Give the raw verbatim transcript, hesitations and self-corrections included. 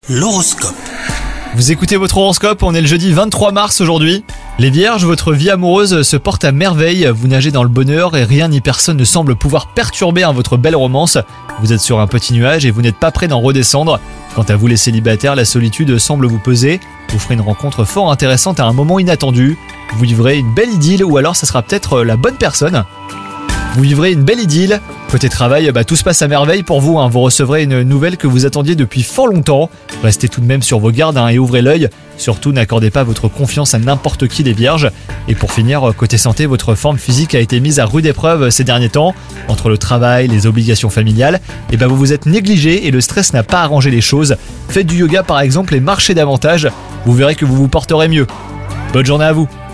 L'horoscope. Vous écoutez votre horoscope, on est le jeudi vingt-trois mars aujourd'hui. Les Vierges, votre vie amoureuse se porte à merveille, vous nagez dans le bonheur et rien ni personne ne semble pouvoir perturber hein, votre belle romance. Vous êtes sur un petit nuage et vous n'êtes pas prêt d'en redescendre. Quant à vous les célibataires, la solitude semble vous peser. Vous ferez une rencontre fort intéressante à un moment inattendu. Vous vivrez une belle idylle ou alors ça sera peut-être la bonne personne. Vous vivrez une belle idylle. Côté travail, bah, tout se passe à merveille pour vous. Hein. Vous recevrez une nouvelle que vous attendiez depuis fort longtemps. Restez tout de même sur vos gardes hein, et ouvrez l'œil. Surtout, n'accordez pas votre confiance à n'importe qui les vierges. Et pour finir, côté santé, votre forme physique a été mise à rude épreuve ces derniers temps. Entre le travail, les obligations familiales, et bah, vous vous êtes négligé et le stress n'a pas arrangé les choses. Faites du yoga par exemple et marchez davantage. Vous verrez que vous vous porterez mieux. Bonne journée à vous.